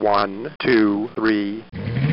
One, two, three.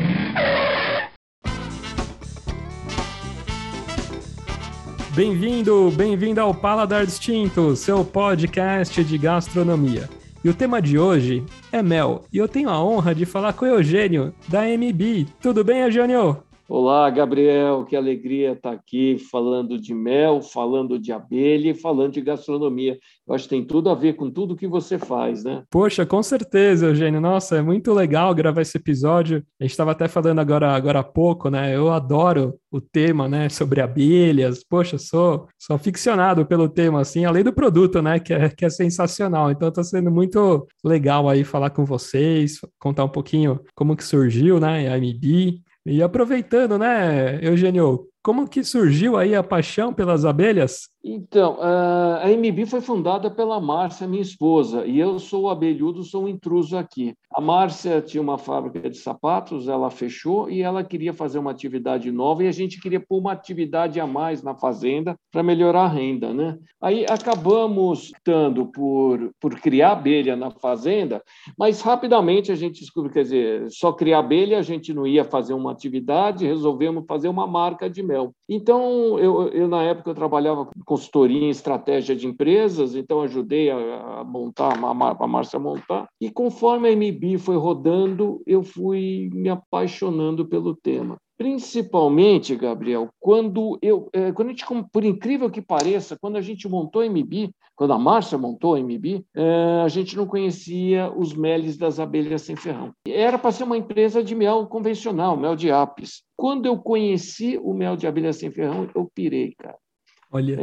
Bem-vindo ao Paladar Distinto, seu podcast de gastronomia. E o tema de hoje é mel. E eu tenho a honra de falar com o Eugênio, da MB. Tudo bem, Eugênio? Olá, Gabriel, que alegria estar aqui falando de mel, falando de abelha e falando de gastronomia. Eu acho que tem tudo a ver com tudo que você faz, né? Poxa, com certeza, Eugênio. Nossa, é muito legal gravar esse episódio. A gente estava até falando agora há pouco, né? Eu adoro o tema, né? Sobre abelhas. Poxa, sou aficionado pelo tema, assim, além do produto, né? Que é sensacional. Então, está sendo muito legal aí falar com vocês, contar um pouquinho como que surgiu, né? A MB. E aproveitando, né, Eugênio, como que surgiu aí a paixão pelas abelhas? Então, a MB foi fundada pela Márcia, minha esposa, e eu sou abelhudo, sou um intruso aqui. A Márcia tinha uma fábrica de sapatos, ela fechou e ela queria fazer uma atividade nova e a gente queria pôr uma atividade a mais na fazenda para melhorar a renda, né? Aí acabamos optando por criar abelha na fazenda, mas rapidamente a gente descobriu, quer dizer, só criar abelha a gente não ia fazer uma atividade, resolvemos fazer uma marca de mel. Então, eu na época eu trabalhava com consultoria em estratégia de empresas, então ajudei a montar, a Márcia a montar, e conforme a MB foi rodando, eu fui me apaixonando pelo tema. Principalmente, Gabriel, quando a gente, por incrível que pareça, quando a gente montou a MB, quando a Márcia montou a MB, a gente não conhecia os meles das abelhas sem ferrão. Era para ser uma empresa de mel convencional, mel de apis. Quando eu conheci o mel de abelha sem ferrão, eu pirei, cara. Olha.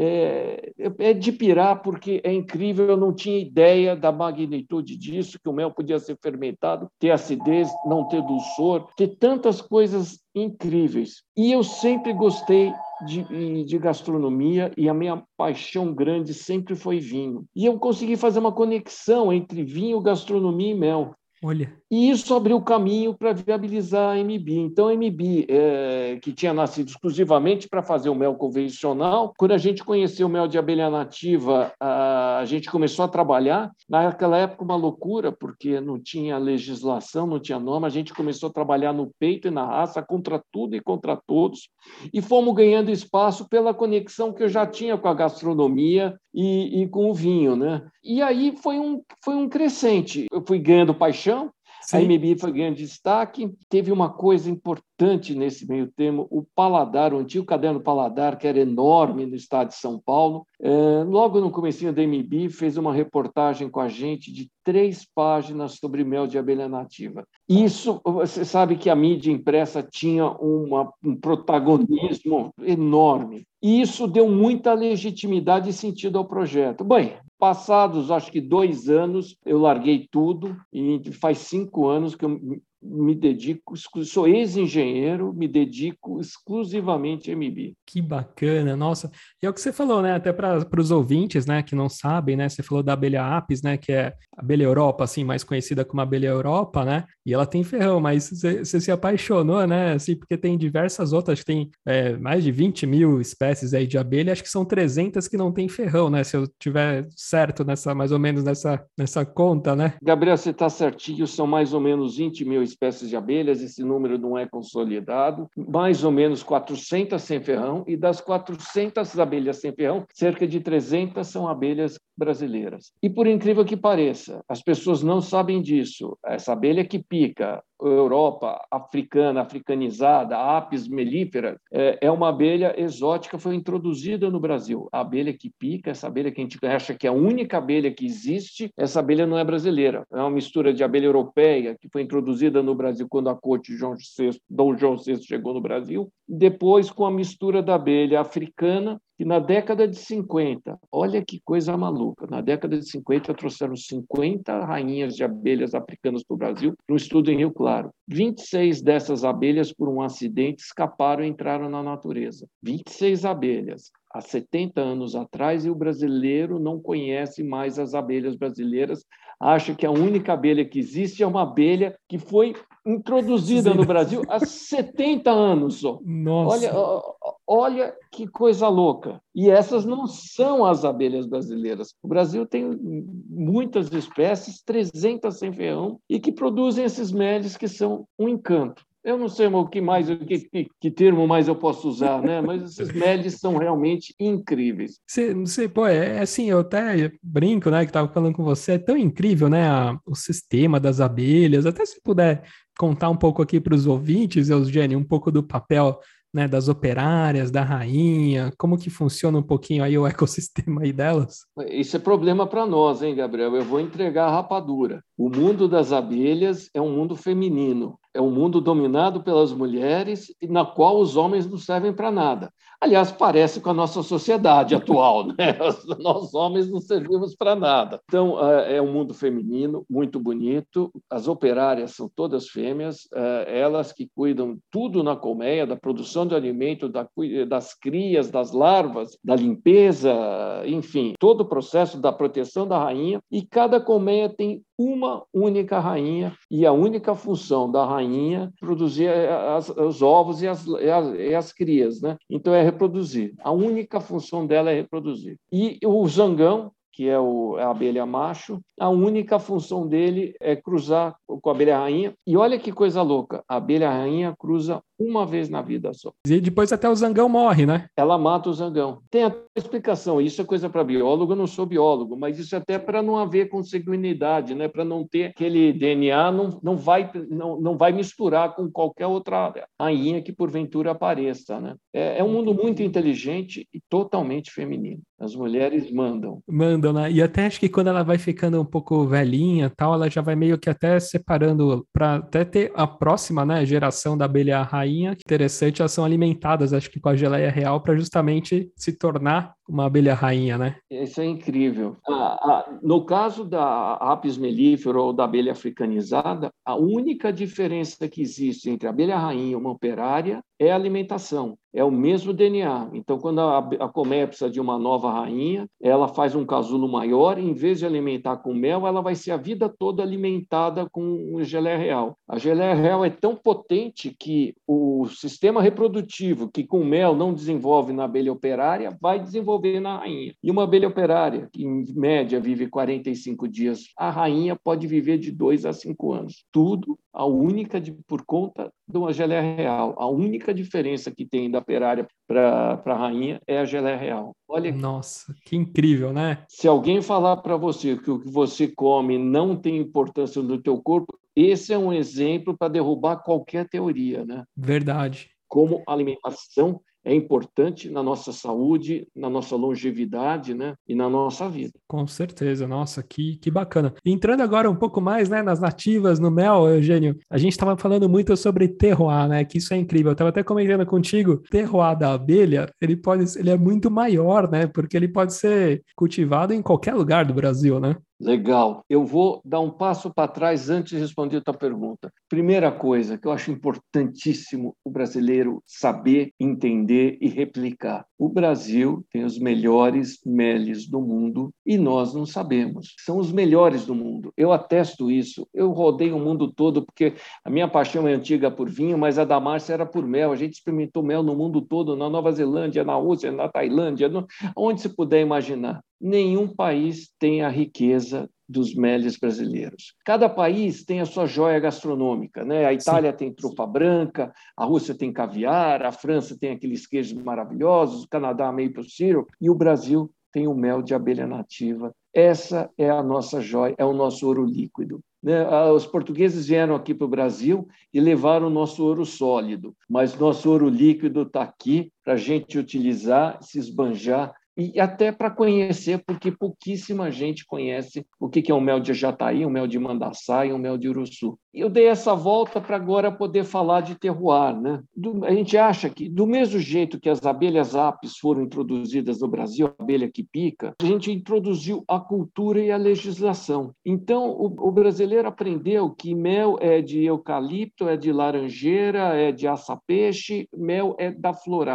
É de pirar, porque é incrível, eu não tinha ideia da magnitude disso, que o mel podia ser fermentado, ter acidez, não ter dulçor, ter tantas coisas incríveis. E eu sempre gostei de gastronomia e a minha paixão grande sempre foi vinho. E eu consegui fazer uma conexão entre vinho, gastronomia e mel. Olha. E isso abriu caminho para viabilizar a MB. Então, a MB, que tinha nascido exclusivamente para fazer o mel convencional, quando a gente conheceu o mel de abelha nativa, a gente começou a trabalhar. Naquela época, uma loucura, porque não tinha legislação, não tinha norma. A gente começou a trabalhar no peito e na raça, contra tudo e contra todos. E fomos ganhando espaço pela conexão que eu já tinha com a gastronomia e com o vinho, né? E aí foi um crescente. Eu fui ganhando paixão. Sim. A MB foi ganhando destaque. Teve uma coisa importante nesse meio termo, o Paladar, o antigo caderno Paladar, que era enorme no estado de São Paulo. Logo no comecinho da MB, fez uma reportagem com a gente de 3 páginas sobre mel de abelha nativa. Isso, você sabe que a mídia impressa tinha um protagonismo enorme. E isso deu muita legitimidade e sentido ao projeto. Bem, passados, acho que 2 anos, eu larguei tudo e faz 5 anos que eu me dedico, sou ex-engenheiro, me dedico exclusivamente a MB. Que bacana, nossa. E é o que você falou, né? Até para os ouvintes, né, que não sabem, né? Você falou da abelha apis, né? Que é a abelha Europa, assim, mais conhecida como abelha Europa, né? E ela tem ferrão, mas você se apaixonou, né? Assim, porque tem diversas outras, tem mais de 20 mil espécies aí de abelha, acho que são 300 que não tem ferrão, né? Se eu tiver certo mais ou menos nessa conta, né? Gabriel, você está certinho, são mais ou menos 20 mil espécies de abelhas, esse número não é consolidado, mais ou menos 400 sem ferrão, e das 400 abelhas sem ferrão, cerca de 300 são abelhas brasileiras. E por incrível que pareça, as pessoas não sabem disso, essa abelha que pica, Europa, africana, africanizada, apis mellifera, é uma abelha exótica, foi introduzida no Brasil. A abelha que pica, essa abelha que a gente acha que é a única abelha que existe, essa abelha não é brasileira. É uma mistura de abelha europeia, que foi introduzida no Brasil quando a corte de Dom João VI chegou no Brasil, depois com a mistura da abelha africana, que na década de 50, olha que coisa maluca, na década de 50 trouxeram 50 rainhas de abelhas africanas para o Brasil, para um estudo em Rio Claro. 26 dessas abelhas, por um acidente, escaparam e entraram na natureza. 26 abelhas. há 70 anos atrás, e o brasileiro não conhece mais as abelhas brasileiras, acha que a única abelha que existe é uma abelha que foi introduzida no Brasil há 70 anos só. Nossa. Olha que coisa louca. E essas não são as abelhas brasileiras. O Brasil tem muitas espécies, 300 sem ferrão, e que produzem esses meles que são um encanto. Eu não sei o que mais, que termo mais eu posso usar, né? Mas esses meles são realmente incríveis. Pô, é assim, eu até brinco, né, que estava falando com você, é tão incrível, né, o sistema das abelhas, até se puder contar um pouco aqui para os ouvintes, Eugênio, um pouco do papel, né, das operárias, da rainha, como que funciona um pouquinho aí o ecossistema aí delas? Isso é problema para nós, hein, Gabriel? Eu vou entregar a rapadura. O mundo das abelhas é um mundo feminino, é um mundo dominado pelas mulheres, na qual os homens não servem para nada. Aliás, parece com a nossa sociedade atual, né? Nós homens não servimos para nada. Então, é um mundo feminino, muito bonito. As operárias são todas fêmeas, elas que cuidam tudo na colmeia, da produção de alimento, das crias, das larvas, da limpeza, enfim, todo o processo da proteção da rainha. E cada colmeia tem uma única rainha, e a única função da rainha é produzir os ovos e as crias, né? Então é reproduzir. A única função dela é reproduzir. E o zangão, que é a abelha macho, a única função dele é cruzar com a abelha rainha. E olha que coisa louca, a abelha rainha cruza uma vez na vida só. E depois até o zangão morre, né? Ela mata o zangão. Tem a explicação, isso é coisa para biólogo, eu não sou biólogo, mas isso é até para não haver consanguinidade, né? Para não ter aquele DNA, não vai misturar com qualquer outra rainha que porventura apareça, né? É um mundo muito inteligente e totalmente feminino. As mulheres mandam. Mandam, né? E até acho que quando ela vai ficando um pouco velhinha, tal, ela já vai meio que até separando para até ter a próxima, né, geração da abelha rainha. Interessante, elas são alimentadas, acho que com a geleia real para justamente se tornar uma abelha rainha, né? Isso é incrível. No caso da Apis mellifera ou da abelha africanizada, a única diferença que existe entre a abelha rainha e uma operária é a alimentação. É o mesmo DNA. Então, quando a colmeia precisa de uma nova rainha, ela faz um casulo maior, e em vez de alimentar com mel, ela vai ser a vida toda alimentada com geleia real. A geleia real é tão potente que o sistema reprodutivo, que com mel não desenvolve na abelha operária, vai desenvolver na rainha. E uma abelha operária, que em média vive 45 dias, a rainha pode viver de 2 a 5 anos. Tudo por conta de uma geleia real. A única diferença que tem da operária para a rainha é a geleia real. Olha, nossa, que incrível, né? Se alguém falar para você que o que você come não tem importância no teu corpo, esse é um exemplo para derrubar qualquer teoria, né? Verdade. Como a alimentação é importante na nossa saúde, na nossa longevidade, né? E na nossa vida. Com certeza, nossa, que bacana. Entrando agora um pouco mais, né, nas nativas, no mel, Eugênio, a gente estava falando muito sobre terroir, né, que isso é incrível. Eu estava até comentando contigo, o terroir da abelha, ele é muito maior, né, porque ele pode ser cultivado em qualquer lugar do Brasil, né? Legal. Eu vou dar um passo para trás antes de responder a tua pergunta. Primeira coisa que eu acho importantíssimo o brasileiro saber, entender e replicar. O Brasil tem os melhores meles do mundo e nós não sabemos. São os melhores do mundo. Eu atesto isso. Eu rodei o mundo todo porque a minha paixão é antiga por vinho, mas a da Márcia era por mel. A gente experimentou mel no mundo todo, na Nova Zelândia, na Rússia, na Tailândia, onde se puder imaginar. Nenhum país tem a riqueza dos meles brasileiros. Cada país tem a sua joia gastronômica, né? A Itália tem trufa branca, a Rússia tem caviar, a França tem aqueles queijos maravilhosos, o Canadá maple syrup, e o Brasil tem o mel de abelha nativa. Essa é a nossa joia, é o nosso ouro líquido. Os portugueses vieram aqui para o Brasil e levaram o nosso ouro sólido, mas nosso ouro líquido está aqui para a gente utilizar, se esbanjar, e até para conhecer, porque pouquíssima gente conhece o que é um mel de jataí, um mel de mandaçá e um mel de uruçu. E eu dei essa volta para agora poder falar de terroir, né? A gente acha que, do mesmo jeito que as abelhas apis foram introduzidas no Brasil, a abelha que pica, a gente introduziu a cultura e a legislação. Então, o brasileiro aprendeu que mel é de eucalipto, é de laranjeira, é de açapeixe, mel é da florada.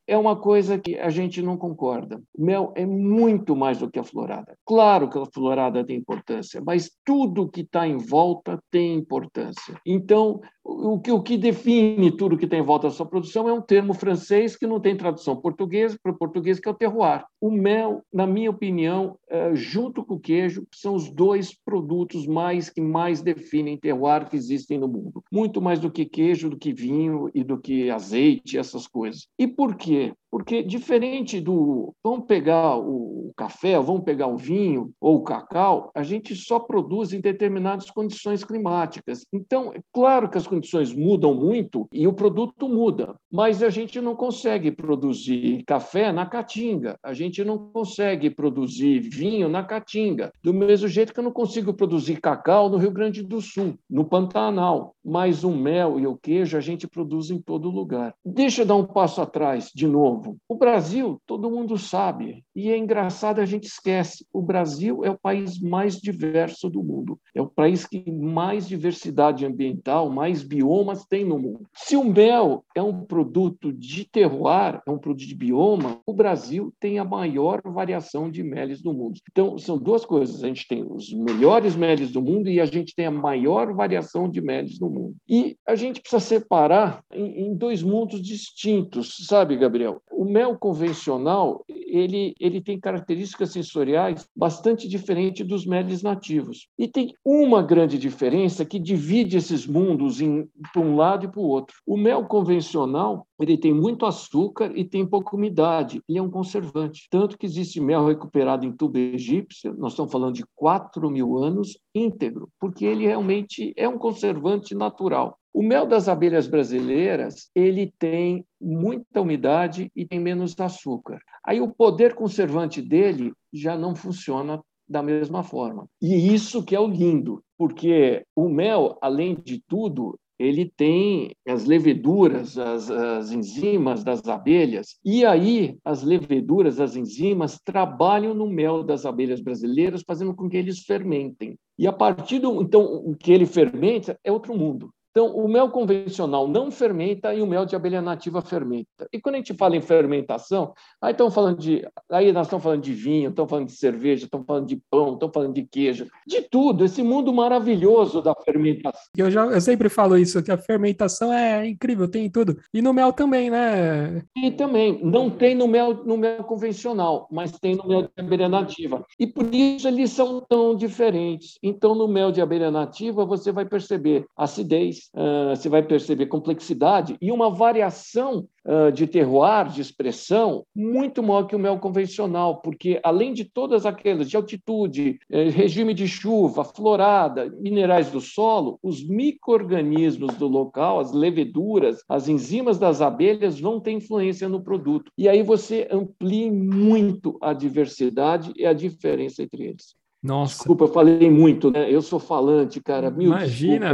é uma coisa que a gente não concorda. O mel é muito mais do que a florada. Claro que a florada tem importância, mas tudo que está em volta tem importância. Então, o que define tudo que tem em volta da sua produção é um termo francês que não tem tradução para o português, que é o terroir. O mel, na minha opinião, junto com o queijo, são os dois produtos que mais definem terroir que existem no mundo. Muito mais do que queijo, do que vinho e do que azeite, essas coisas. E por quê? Porque diferente do... Vamos pegar o café, vamos pegar o vinho ou o cacau, a gente só produz em determinadas condições climáticas. Então, é claro que as condições mudam muito e o produto muda, mas a gente não consegue produzir café na Caatinga, a gente não consegue produzir vinho na Caatinga, do mesmo jeito que eu não consigo produzir cacau no Rio Grande do Sul, no Pantanal, mas o mel e o queijo a gente produz em todo lugar. Deixa eu dar um passo atrás, de novo. O Brasil, todo mundo sabe, e é engraçado, a gente esquece, o Brasil é o país mais diverso do mundo, é o país que mais diversidade ambiental, mais biomas tem no mundo. Se o mel é um produto de terroir, é um produto de bioma, o Brasil tem a maior variação de meles do mundo. Então, são duas coisas, a gente tem os melhores meles do mundo e a gente tem a maior variação de meles no mundo. E a gente precisa separar em dois mundos distintos, sabe, Gabriel? O mel convencional, ele tem características sensoriais bastante diferentes dos meles nativos. E tem uma grande diferença que divide esses mundos para um lado e para o outro. O mel convencional, ele tem muito açúcar e tem pouca umidade. Ele é um conservante. Tanto que existe mel recuperado em tuba egípcia, nós estamos falando de 4.000 anos, íntegro, porque ele realmente é um conservante natural. O mel das abelhas brasileiras, ele tem muita umidade e tem menos açúcar. Aí o poder conservante dele já não funciona da mesma forma. E isso que é o lindo, porque o mel, além de tudo, ele tem as leveduras, as enzimas das abelhas, e aí as leveduras, as enzimas, trabalham no mel das abelhas brasileiras, fazendo com que eles fermentem. E a partir do... Então, o que ele fermenta é outro mundo. Então, o mel convencional não fermenta e o mel de abelha nativa fermenta. E quando a gente fala em fermentação, aí nós estamos falando de vinho, estamos falando de cerveja, estamos falando de pão, estamos falando de queijo, de tudo, esse mundo maravilhoso da fermentação. Eu sempre falo isso, que a fermentação é incrível, tem em tudo. E no mel também, né? E também, não tem no mel convencional, mas tem no mel de abelha nativa. E por isso eles são tão diferentes. Então, no mel de abelha nativa, você vai perceber acidez, você vai perceber complexidade e uma variação de terroir, de expressão, muito maior que o mel convencional, porque além de todas aquelas de altitude, regime de chuva, florada, minerais do solo, os micro-organismos do local, as leveduras, as enzimas das abelhas vão ter influência no produto. E aí você amplia muito a diversidade e a diferença entre eles. Nossa. Desculpa, eu falei muito, né? Eu sou falante, cara. Imagina.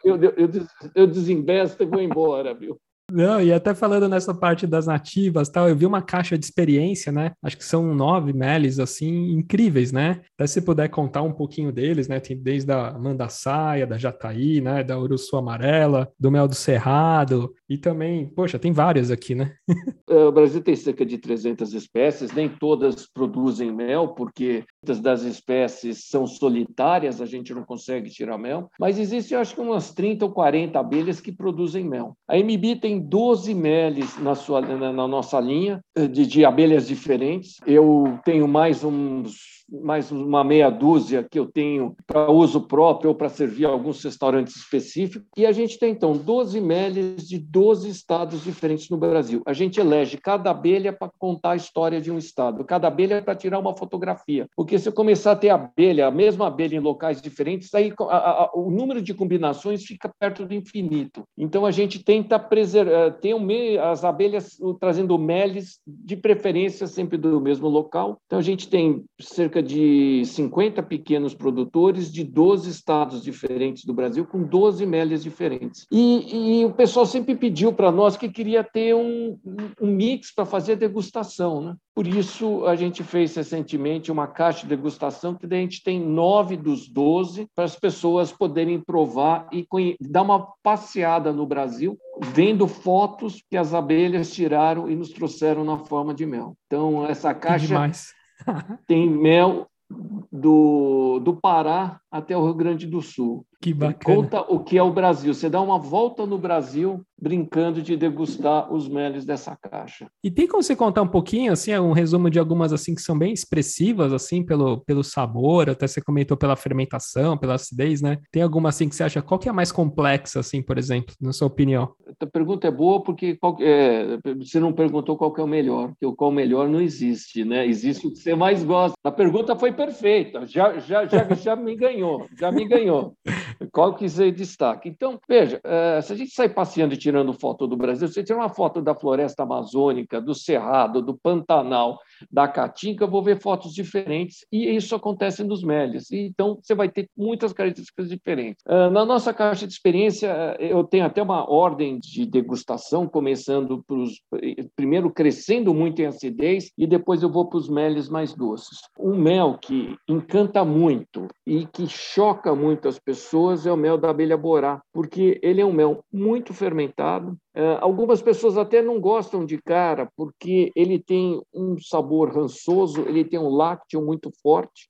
Eu desinvesto e vou embora, viu? Não, e até falando nessa parte das nativas, tal, eu vi uma caixa de experiência, né? Acho que são 9 meles, assim, incríveis, né? Até se puder contar um pouquinho deles, né? Tem desde a mandaçaia, da jataí, né? Da uruçu amarela, do mel do cerrado, e também, poxa, tem várias aqui, né? O Brasil tem cerca de 300 espécies, nem todas produzem mel, porque muitas das espécies são solitárias, a gente não consegue tirar mel, mas existem, acho que umas 30 ou 40 abelhas que produzem mel. A MB tem 12 meles na nossa linha de abelhas diferentes. Eu tenho mais uma meia dúzia que eu tenho para uso próprio ou para servir a alguns restaurantes específicos. E a gente tem, então, 12 meles de 12 estados diferentes no Brasil. A gente elege cada abelha para contar a história de um estado, cada abelha para tirar uma fotografia. Porque se eu começar a ter a mesma abelha em locais diferentes, aí o número de combinações fica perto do infinito. Então, a gente tenta ter as abelhas trazendo meles, de preferência sempre do mesmo local. Então, a gente tem cerca de 50 pequenos produtores de 12 estados diferentes do Brasil, com 12 meles diferentes. E o pessoal sempre pediu para nós que queria ter um mix para fazer degustação, né? Por isso, a gente fez recentemente uma caixa de degustação, que daí a gente tem 9 dos 12 para as pessoas poderem provar e dar uma passeada no Brasil, vendo fotos que as abelhas tiraram e nos trouxeram na forma de mel. Então, essa Que caixa demais. tem mel do Pará até o Rio Grande do Sul. Que bacana. Conta o que é o Brasil. Você dá uma volta no Brasil brincando de degustar os meles dessa caixa. E tem como você contar um pouquinho, assim, um resumo de algumas, assim, que são bem expressivas, assim, pelo sabor, até você comentou pela fermentação, pela acidez, né? Tem alguma, assim, que você acha, qual que é a mais complexa, assim, por exemplo, na sua opinião? A pergunta é boa porque você não perguntou qual que é o melhor, porque o qual melhor não existe, né? Existe o que você mais gosta. A pergunta foi perfeita, já me ganhou, já me ganhou. Qual que você destaca? Então, veja, se a gente sai passeando e tirando foto do Brasil, você tira uma foto da floresta amazônica, do Cerrado, do Pantanal, da Caatinga, eu vou ver fotos diferentes e isso acontece nos meles. Então, você vai ter muitas características diferentes. Na nossa caixa de experiência, eu tenho até uma ordem de degustação, começando primeiro crescendo muito em acidez e depois eu vou para os meles mais doces. Um mel que encanta muito e que choca muito as pessoas é o mel da abelha borá, porque ele é um mel muito fermentado. Algumas pessoas até não gostam de cara, porque ele tem um sabor rançoso, ele tem um lácteo muito forte,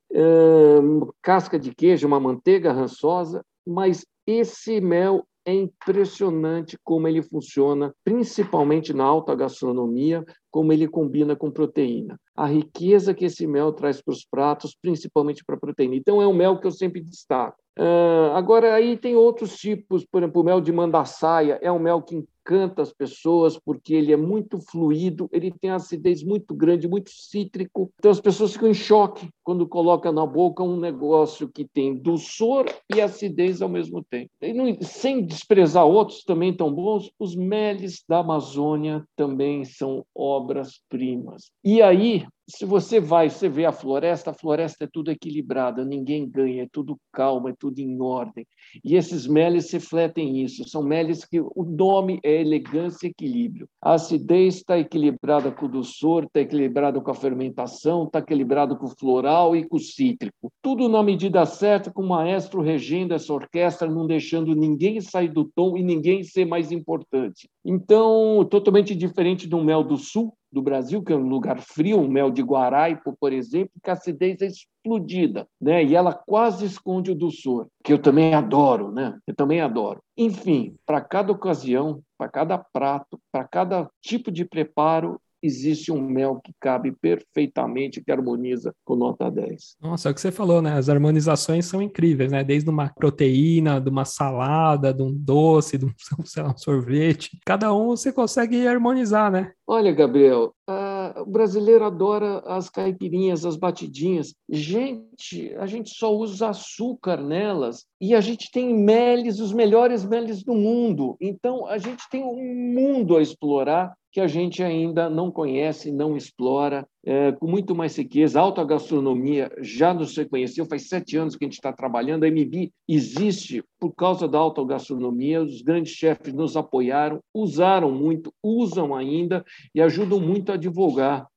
casca de queijo, uma manteiga rançosa, mas esse mel é impressionante como ele funciona, principalmente na alta gastronomia, como ele combina com proteína. A riqueza que esse mel traz para os pratos, principalmente para a proteína. Então, é um mel que eu sempre destaco. Agora, aí tem outros tipos, por exemplo, o mel de mandaçaia é um mel que encanta as pessoas porque ele é muito fluido, ele tem acidez muito grande, muito cítrico. Então, as pessoas ficam em choque quando colocam na boca um negócio que tem dulçor e acidez ao mesmo tempo. E sem desprezar outros também tão bons, os meles da Amazônia também são obras-primas. E aí, se você vê a floresta é tudo equilibrada, ninguém ganha, é tudo calmo, é tudo em ordem. E esses meles refletem isso, são meles que o nome é elegância e equilíbrio. A acidez está equilibrada com o dulçor, está equilibrada com a fermentação, está equilibrado com o floral e com o cítrico. Tudo na medida certa, com o maestro regendo essa orquestra, não deixando ninguém sair do tom e ninguém ser mais importante. Então, totalmente diferente do mel do sul, do Brasil, que é um lugar frio, um mel de Guaraipo, por exemplo, que a acidez é explodida, né? E ela quase esconde o dulçor, que eu também adoro, né? Eu também adoro. Enfim, para cada ocasião, para cada prato, para cada tipo de preparo, existe um mel que cabe perfeitamente, que harmoniza com nota 10. Nossa, é o que você falou, né? As harmonizações são incríveis, né? Desde uma proteína, de uma salada, de um doce, de um, sei lá, um sorvete. Cada um você consegue harmonizar, né? Olha, Gabriel, o brasileiro adora as caipirinhas, as batidinhas. Gente, a gente só usa açúcar nelas e a gente tem meles, os melhores meles do mundo. Então, a gente tem um mundo a explorar que a gente ainda não conhece, não explora, com muito mais riqueza. A alta gastronomia já nos reconheceu, faz 7 anos que a gente está trabalhando, a MB existe por causa da alta gastronomia, os grandes chefes nos apoiaram, usaram muito, usam ainda e ajudam muito a divulgar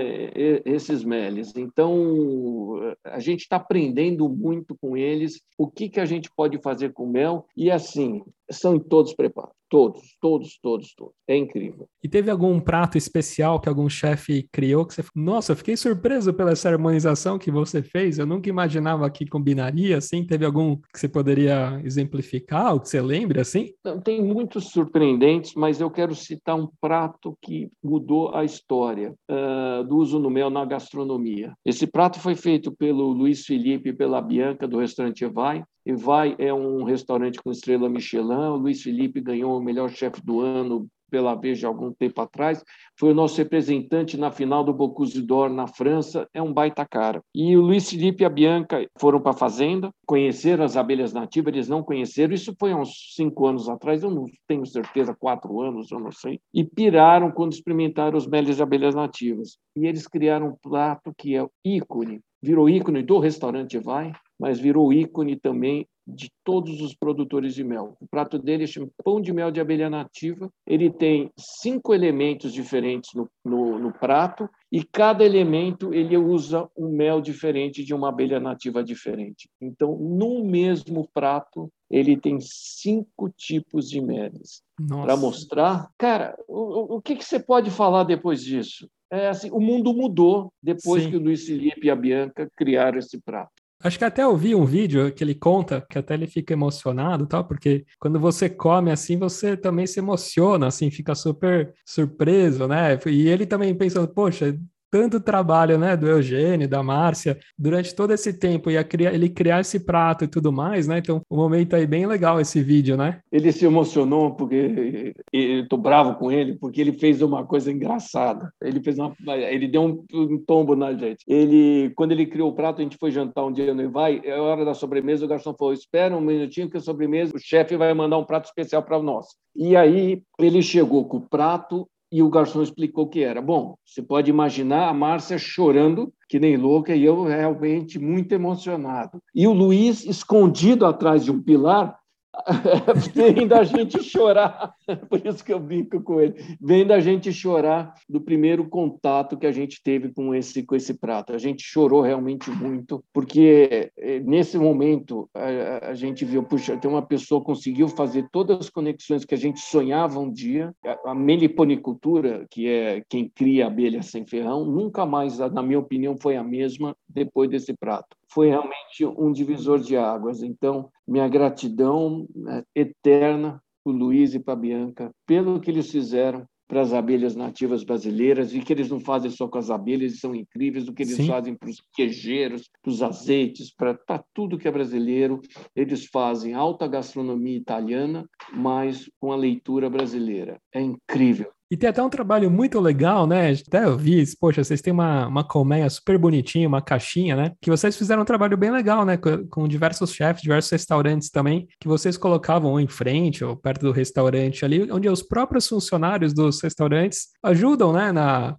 esses meles. Então, a gente está aprendendo muito com eles o que a gente pode fazer com mel e, assim, são todos preparados. Todos. É incrível. E teve algum prato especial que algum chefe criou que você falou, nossa, eu fiquei surpreso pela essa harmonização que você fez, eu nunca imaginava que combinaria, assim? Teve algum que você poderia exemplificar, ou que você lembre, assim? Não, tem muitos surpreendentes, mas eu quero citar um prato que mudou a história do uso do mel na gastronomia. Esse prato foi feito pelo Luiz Felipe e pela Bianca, do restaurante Vai. Vai é um restaurante com estrela Michelin. O Luiz Felipe ganhou o melhor chefe do ano pela Veja algum tempo atrás. Foi o nosso representante na final do Bocuse d'Or na França. É um baita cara. E o Luiz Felipe e a Bianca foram para a fazenda, conheceram as abelhas nativas, eles não conheceram. Isso foi há uns 5 anos atrás, eu não tenho certeza, 4 anos, eu não sei. E piraram quando experimentaram os meles de abelhas nativas. E eles criaram um prato que é ícone, virou ícone do restaurante Vai, mas virou ícone também de todos os produtores de mel. O prato dele chama pão de mel de abelha nativa. Ele tem 5 elementos diferentes no prato e cada elemento ele usa um mel diferente de uma abelha nativa diferente. Então, no mesmo prato, ele tem 5 tipos de meles. Para mostrar, cara, o que você pode falar depois disso? Assim, o mundo mudou depois que o Luiz Felipe e a Bianca criaram esse prato. Acho que até eu vi um vídeo que ele conta, que até ele fica emocionado, tal, porque quando você come assim, você também se emociona, assim, fica super surpreso, né? E ele também pensando, poxa, tanto trabalho, né, do Eugênio, da Márcia, durante todo esse tempo, ele criar esse prato e tudo mais, né? Então, um momento aí bem legal esse vídeo, né? Ele se emocionou porque eu tô bravo com ele, porque ele fez uma coisa engraçada. Ele deu um tombo na gente. Quando ele criou o prato, a gente foi jantar um dia no Ivai, é hora da sobremesa, o garçom falou: espera um minutinho que a sobremesa, o chefe vai mandar um prato especial para nós. E aí ele chegou com o prato e o garçom explicou o que era. Bom, você pode imaginar a Márcia chorando, que nem louca, e eu realmente muito emocionado. E o Luiz, escondido atrás de um pilar, vendo a gente chorar, por isso que eu brinco com ele, vendo a gente chorar do primeiro contato que a gente teve com esse prato. A gente chorou realmente muito, porque nesse momento a gente viu, puxa, tem uma pessoa que conseguiu fazer todas as conexões que a gente sonhava um dia. A meliponicultura, que é quem cria abelha sem ferrão, nunca mais, na minha opinião, foi a mesma depois desse prato. Foi realmente um divisor de águas. Então, minha gratidão eterna para o Luiz e para a Bianca pelo que eles fizeram para as abelhas nativas brasileiras, e que eles não fazem só com as abelhas, eles são incríveis do que eles fazem para os queijeiros, para os azeites, para tudo que é brasileiro. Eles fazem alta gastronomia italiana, mas com a leitura brasileira. É incrível. E tem até um trabalho muito legal, né? Até eu vi, poxa, vocês têm uma colmeia super bonitinha, uma caixinha, né? Que vocês fizeram um trabalho bem legal, né? Com diversos chefes, diversos restaurantes também, que vocês colocavam em frente ou perto do restaurante ali, onde os próprios funcionários dos restaurantes ajudam, né?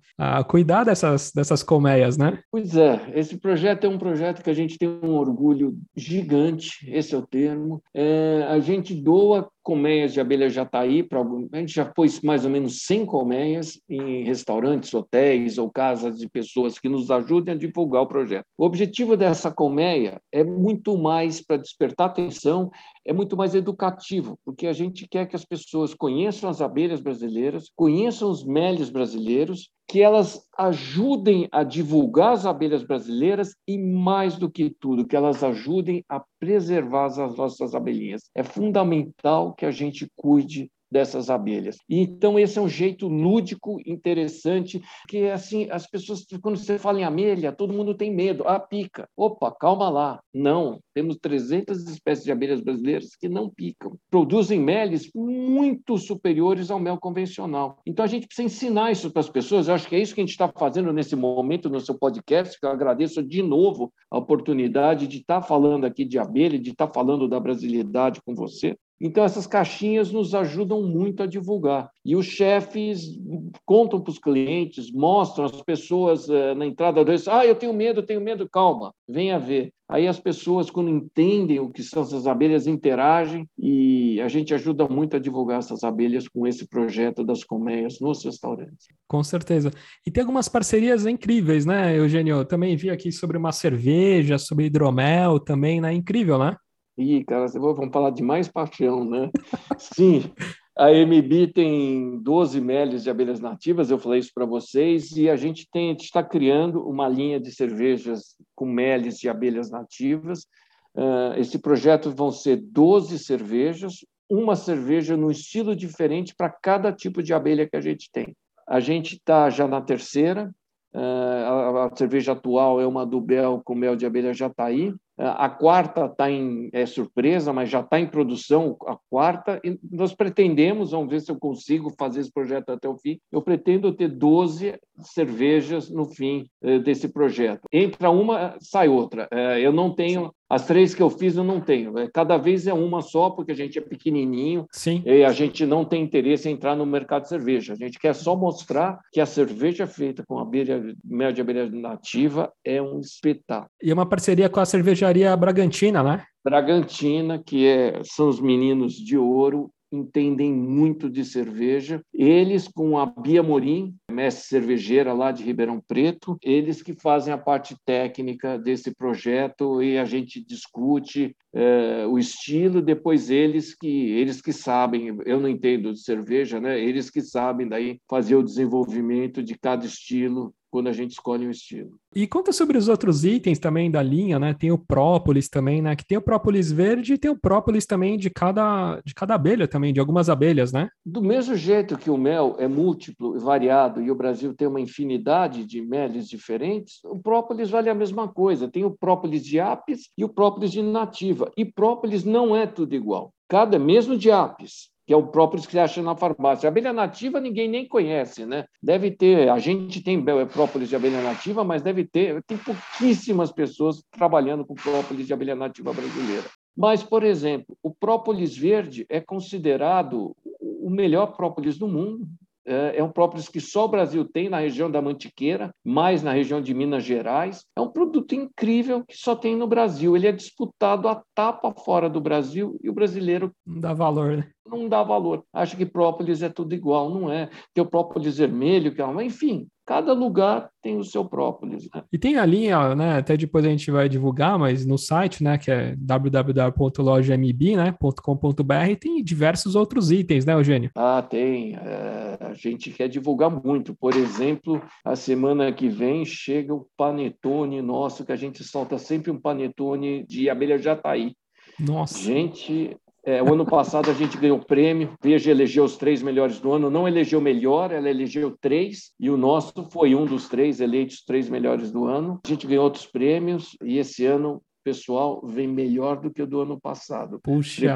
A cuidar dessas colmeias, né? Pois é, esse projeto é um projeto que a gente tem um orgulho gigante, esse é o termo. A gente doa colmeias de abelha jataí para algum. A gente já pôs mais ou menos 100 colmeias em restaurantes, hotéis ou casas de pessoas que nos ajudem a divulgar o projeto. O objetivo dessa colmeia é muito mais para despertar atenção, é muito mais educativo, porque a gente quer que as pessoas conheçam as abelhas brasileiras, conheçam os meles brasileiros, que elas ajudem a divulgar as abelhas brasileiras e, mais do que tudo, que elas ajudem a preservar as nossas abelhinhas. É fundamental que a gente cuide dessas abelhas. E, então, esse é um jeito lúdico, interessante, que assim, as pessoas, quando você fala em abelha, todo mundo tem medo. Ah, pica. Opa, calma lá. Não, temos 300 espécies de abelhas brasileiras que não picam. Produzem meles muito superiores ao mel convencional. Então, a gente precisa ensinar isso para as pessoas. Eu acho que é isso que a gente está fazendo nesse momento no seu podcast, que eu agradeço de novo a oportunidade de estar falando aqui de abelha, de estar falando da brasilidade com você. Então, essas caixinhas nos ajudam muito a divulgar. E os chefes contam para os clientes, mostram as pessoas na entrada do restaurante. Eu tenho medo, calma, venha ver. Aí as pessoas, quando entendem o que são essas abelhas, interagem, e a gente ajuda muito a divulgar essas abelhas com esse projeto das colmeias nos restaurantes. Com certeza. E tem algumas parcerias incríveis, né, Eugênio? Eu também vi aqui sobre uma cerveja, sobre hidromel também, né? Incrível, né? Ih, cara, vamos falar de mais paixão, né? Sim, a MB tem 12 meles de abelhas nativas, eu falei isso para vocês, e a gente está criando uma linha de cervejas com meles de abelhas nativas. Esse projeto vão ser 12 cervejas, uma cerveja num estilo diferente para cada tipo de abelha que a gente tem. A gente está já na terceira. A cerveja atual é uma Dubel com mel de abelha jataí. A quarta está surpresa, mas já está em produção a quarta, e nós pretendemos, vamos ver se eu consigo fazer esse projeto até o fim, eu pretendo ter 12 cervejas no fim desse projeto. Entra uma, sai outra. Eu não tenho As 3 que eu fiz eu não tenho. Cada vez é uma só, porque a gente é pequenininho. Sim. E a gente não tem interesse em entrar no mercado de cerveja. A gente quer só mostrar que a cerveja feita com mel de abelha nativa é um espetáculo. E é uma parceria com a cervejaria Bragantina, né? Bragantina, são os meninos de ouro, entendem muito de cerveja. Eles, com a Bia Morim, mestre cervejeira lá de Ribeirão Preto, eles que fazem a parte técnica desse projeto e a gente discute o estilo, depois eles que sabem, eu não entendo de cerveja, né? Eles que sabem daí fazer o desenvolvimento de cada estilo quando a gente escolhe um estilo. E conta sobre os outros itens também da linha, né? Tem o própolis também, né? Que tem o própolis verde e tem o própolis também de cada abelha também, de algumas abelhas, né? Do mesmo jeito que o mel é múltiplo e variado e o Brasil tem uma infinidade de meles diferentes, o própolis vale a mesma coisa. Tem o própolis de apis e o própolis de nativa. E própolis não é tudo igual. Mesmo de apis, que é o própolis que você acha na farmácia. A abelha nativa ninguém nem conhece, né? Deve ter, a gente tem própolis de abelha nativa, mas tem pouquíssimas pessoas trabalhando com própolis de abelha nativa brasileira. Mas, por exemplo, o própolis verde é considerado o melhor própolis do mundo. É um própolis que só o Brasil tem na região da Mantiqueira, mais na região de Minas Gerais. É um produto incrível que só tem no Brasil. Ele é disputado a tapa fora do Brasil e o brasileiro não dá valor, né? Não dá valor. Acha que própolis é tudo igual. Não é. Tem o própolis vermelho, enfim, cada lugar tem o seu própolis, né? E tem a linha, né? Até depois a gente vai divulgar, mas no site, né? Que é www.lojamb.com.br, tem diversos outros itens, né, Eugênio? Tem. A gente quer divulgar muito. Por exemplo, a semana que vem chega o panetone nosso, que a gente solta sempre um panetone de abelha jataí. Nossa. Gente, o ano passado a gente ganhou o prêmio, Veja elegeu os 3 melhores do ano, não elegeu melhor, ela elegeu 3, e o nosso foi um dos 3 eleitos 3 melhores do ano. A gente ganhou outros prêmios, e esse ano pessoal vem melhor do que o do ano passado. Puxa,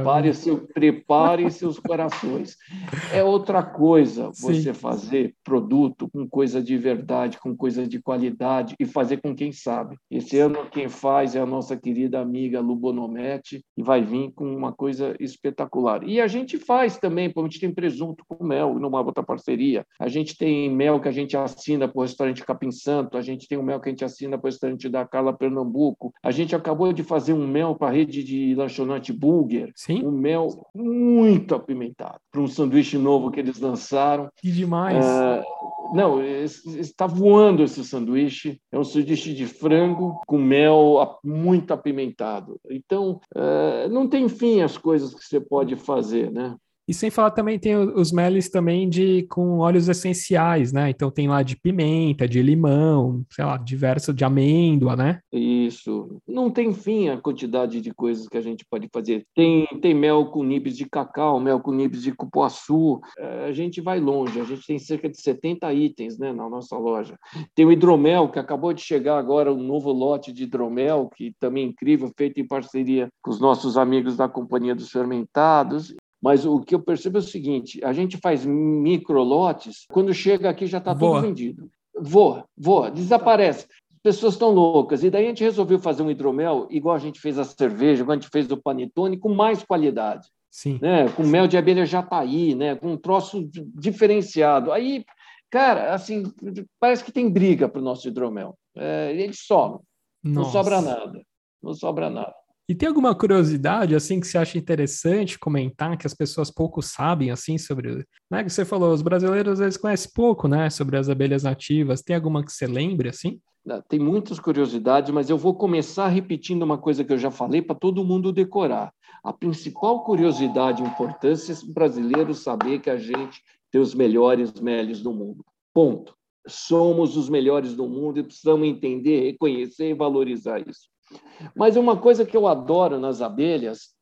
preparem seus corações. É outra coisa você fazer produto com coisa de verdade, com coisa de qualidade e fazer com quem sabe. Esse ano quem faz é a nossa querida amiga Lu Bonometti e vai vir com uma coisa espetacular. E a gente faz também, a gente tem presunto com mel numa outra parceria. A gente tem mel que a gente assina para o restaurante Capim Santo, a gente tem um mel que a gente assina para o restaurante da Carla Pernambuco. A gente acabou de fazer um mel para a rede de lanchonete Burger. Sim. Um mel muito apimentado, para um sanduíche novo que eles lançaram. Que demais. Não, está voando esse sanduíche. É um sanduíche de frango com mel muito apimentado. Então, não tem fim as coisas que você pode fazer, né? E sem falar também tem os meles também com óleos essenciais, né? Então tem lá de pimenta, de limão, sei lá, diverso de amêndoa, né? Isso. Não tem fim a quantidade de coisas que a gente pode fazer. Tem mel com nibs de cacau, mel com nibs de cupuaçu. A gente vai longe. A gente tem cerca de 70 itens, né, na nossa loja. Tem o hidromel, que acabou de chegar agora, um novo lote de hidromel, que também é incrível, feito em parceria com os nossos amigos da Companhia dos Fermentados. Mas o que eu percebo é o seguinte, a gente faz microlotes, quando chega aqui já está tudo vendido. Voa, desaparece. As pessoas estão loucas. E daí a gente resolveu fazer um hidromel, igual a gente fez a cerveja, igual a gente fez o panetone, com mais qualidade. Sim. Né? Com mel de abelha jataí, né? Com um troço diferenciado. Aí, cara, assim, parece que tem briga para o nosso hidromel. Eles sobram. Não sobra nada. Não sobra nada. E tem alguma curiosidade, assim, que você acha interessante comentar, que as pessoas pouco sabem, assim, sobre... Né, que você falou, os brasileiros, às vezes, conhecem pouco, né, sobre as abelhas nativas. Tem alguma que você lembre, assim? Tem muitas curiosidades, mas eu vou começar repetindo uma coisa que eu já falei para todo mundo decorar. A principal curiosidade e importância é o brasileiro saber que a gente tem os melhores meles do mundo. Ponto. Somos os melhores do mundo e precisamos entender, reconhecer e valorizar isso. Mas uma coisa que eu adoro nas abelhas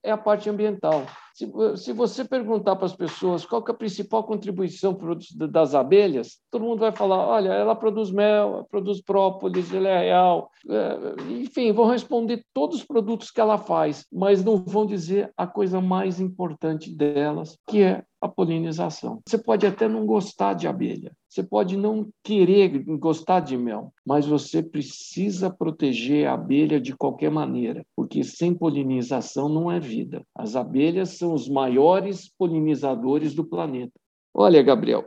é a parte ambiental. Se você perguntar para as pessoas qual que é a principal contribuição das abelhas, todo mundo vai falar, olha, ela produz mel, ela produz própolis, ela é real. Enfim, vão responder todos os produtos que ela faz, mas não vão dizer a coisa mais importante delas, que é a polinização. Você pode até não gostar de abelha, você pode não querer gostar de mel, mas você precisa proteger a abelha de qualquer maneira, porque sem polinização não é vida. As abelhas são os maiores polinizadores do planeta. Olha, Gabriel,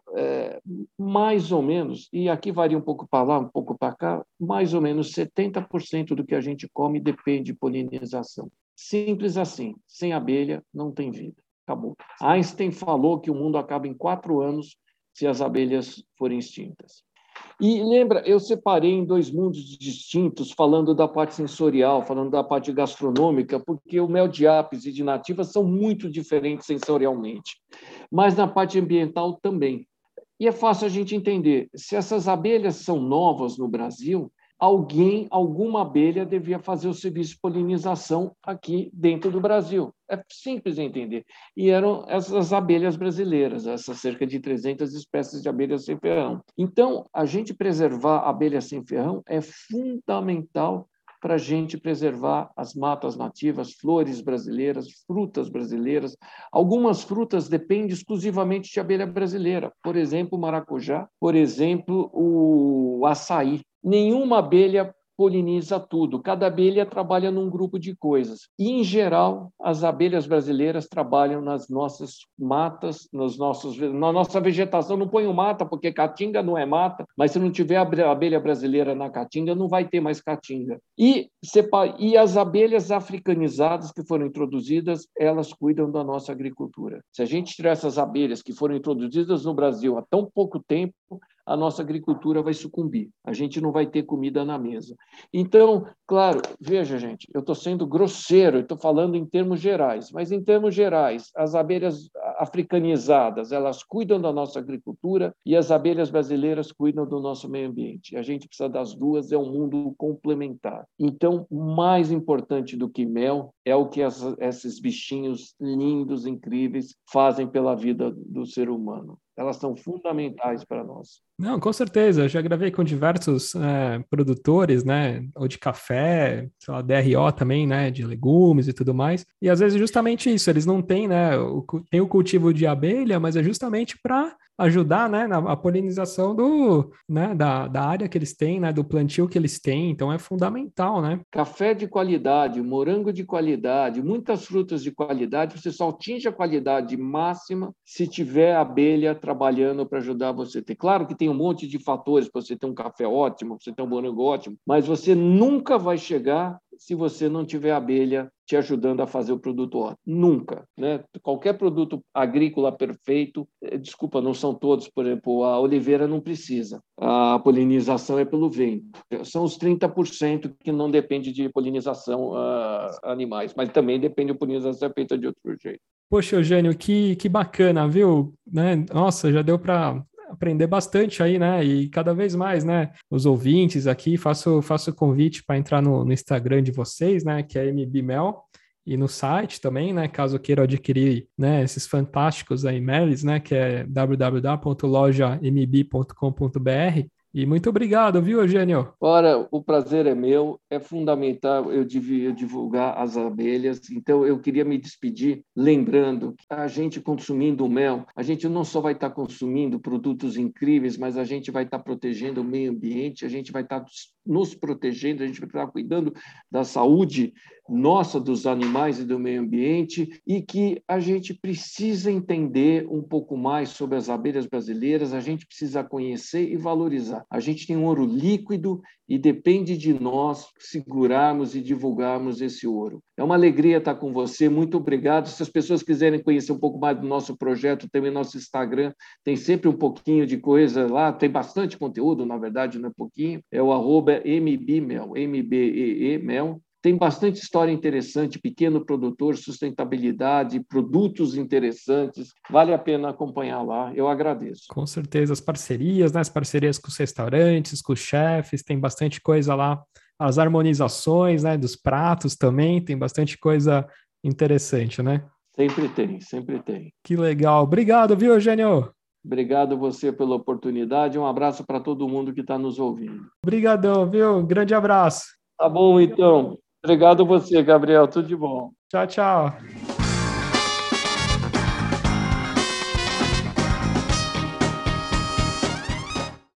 mais ou menos, e aqui varia um pouco para lá, um pouco para cá, mais ou menos 70% do que a gente come depende de polinização. Simples assim, sem abelha não tem vida. Acabou. Einstein falou que o mundo acaba em 4 anos se as abelhas forem extintas. E lembra, eu separei em 2 mundos distintos, falando da parte sensorial, falando da parte gastronômica, porque o mel de apis e de nativa são muito diferentes sensorialmente, mas na parte ambiental também. E é fácil a gente entender, se essas abelhas são novas no Brasil, alguma abelha devia fazer o serviço de polinização aqui dentro do Brasil. É simples de entender. E eram essas abelhas brasileiras, essas cerca de 300 espécies de abelhas sem ferrão. Então, a gente preservar a abelha sem ferrão é fundamental para a gente preservar as matas nativas, flores brasileiras, frutas brasileiras. Algumas frutas dependem exclusivamente de abelha brasileira. Por exemplo, o maracujá, por exemplo, o açaí. Nenhuma abelha poliniza tudo. Cada abelha trabalha num grupo de coisas. E, em geral, as abelhas brasileiras trabalham nas nossas matas, na nossa vegetação. Não ponho mata, porque caatinga não é mata, mas se não tiver a abelha brasileira na caatinga, não vai ter mais caatinga. E as abelhas africanizadas que foram introduzidas, elas cuidam da nossa agricultura. Se a gente tirar essas abelhas que foram introduzidas no Brasil há tão pouco tempo, a nossa agricultura vai sucumbir. A gente não vai ter comida na mesa. Então, claro, veja, gente, eu estou sendo grosseiro, estou falando em termos gerais, mas em termos gerais, as abelhas africanizadas, elas cuidam da nossa agricultura e as abelhas brasileiras cuidam do nosso meio ambiente. A gente precisa das duas, é um mundo complementar. Então, mais importante do que mel é o que esses bichinhos lindos, incríveis, fazem pela vida do ser humano. Elas são fundamentais para nós. Não, com certeza. Eu já gravei com diversos produtores, né? Ou de café, sei lá, DRO também, né? De legumes e tudo mais. E às vezes é justamente isso. Eles não têm, né? Tem o cultivo de abelha, mas é justamente para ajudar, né? Na polinização da área que eles têm, né? Do plantio que eles têm. Então é fundamental, né? Café de qualidade, morango de qualidade, muitas frutas de qualidade. Você só atinge a qualidade máxima se tiver abelha trabalhando para ajudar você a ter. Claro que tem um monte de fatores para você ter um café ótimo, para você ter um morango ótimo, mas você nunca vai chegar se você não tiver abelha te ajudando a fazer o produto ótimo. Nunca, né? Qualquer produto agrícola perfeito, desculpa, não são todos, por exemplo, a oliveira não precisa. A polinização é pelo vento. São os 30% que não depende de polinização animais, mas também depende de polinização feita de outro jeito. Poxa, Eugênio, que bacana, viu? Né? Nossa, já deu para aprender bastante aí, né? E cada vez mais, né? Os ouvintes aqui, faço o convite para entrar no Instagram de vocês, né? Que é MBMel, e no site também, né? Caso queiram adquirir, né? Esses fantásticos aí melis, né? Que é www.lojamb.com.br. E muito obrigado, viu, Eugênio? Ora, o prazer é meu, é fundamental eu divulgar as abelhas, então eu queria me despedir lembrando que a gente consumindo mel, a gente não só vai estar consumindo produtos incríveis, mas a gente vai estar protegendo o meio ambiente, a gente vai estar nos protegendo, a gente vai estar cuidando da saúde nossa, dos animais e do meio ambiente, e que a gente precisa entender um pouco mais sobre as abelhas brasileiras, a gente precisa conhecer e valorizar. A gente tem um ouro líquido e depende de nós segurarmos e divulgarmos esse ouro. É uma alegria estar com você, muito obrigado. Se as pessoas quiserem conhecer um pouco mais do nosso projeto, também nosso Instagram, tem sempre um pouquinho de coisa lá, tem bastante conteúdo, na verdade, não é pouquinho, é o @mbmel, MBEE-mel. Tem bastante história interessante, pequeno produtor, sustentabilidade, produtos interessantes. Vale a pena acompanhar lá, eu agradeço. Com certeza, as parcerias, né? As parcerias com os restaurantes, com os chefes, tem bastante coisa lá. As harmonizações, né? Dos pratos também, tem bastante coisa interessante, né? Sempre tem, sempre tem. Que legal. Obrigado, viu, Eugênio? Obrigado você pela oportunidade. Um abraço para todo mundo que está nos ouvindo. Obrigadão, viu? Grande abraço. Tá bom, então. Obrigado você, Gabriel. Tudo de bom. Tchau, tchau.